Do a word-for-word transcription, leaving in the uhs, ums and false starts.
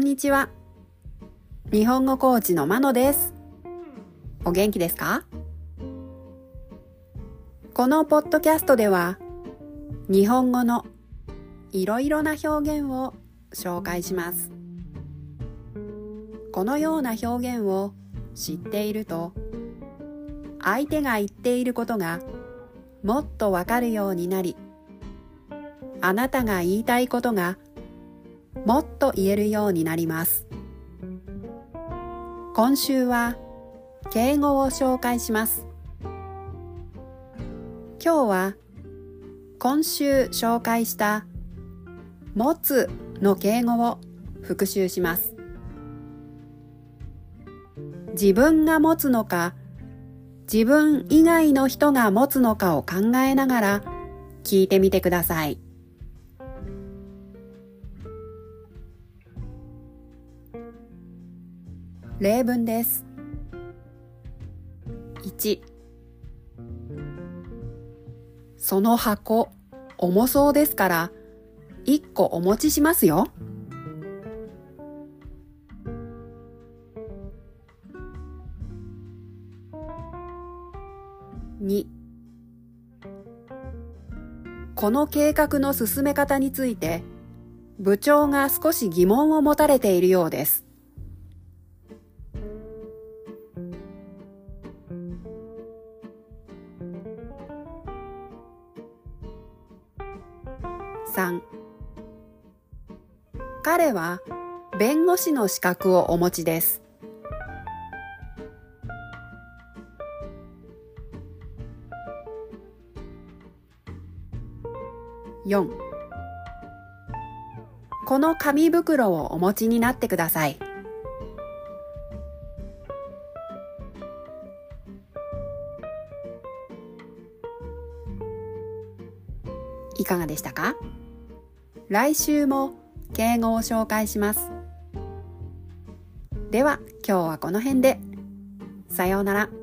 んにちは。日本語コーチのまのです。お元気ですか？このポッドキャストでは日本語のいろいろな表現を紹介します。このような表現を知っていると、相手が言っていることがもっとわかるようになり、あなたが言いたいことがもっと言えるようになります。今週は敬語を紹介します。今日は今週紹介した持つの敬語を復習します。自分が持つのか、自分以外の人が持つのかを考えながら聞いてみてください。例文です。いち、その箱重そうですからいっこお持ちしますよ。に、この計画の進め方について部長が少し疑問を持たれているようです。さん、彼は弁護士の資格をお持ちです。よん、この紙袋をお持ちになってください。いかがでしたか？来週も敬語を紹介します。では今日はこの辺で。さようなら。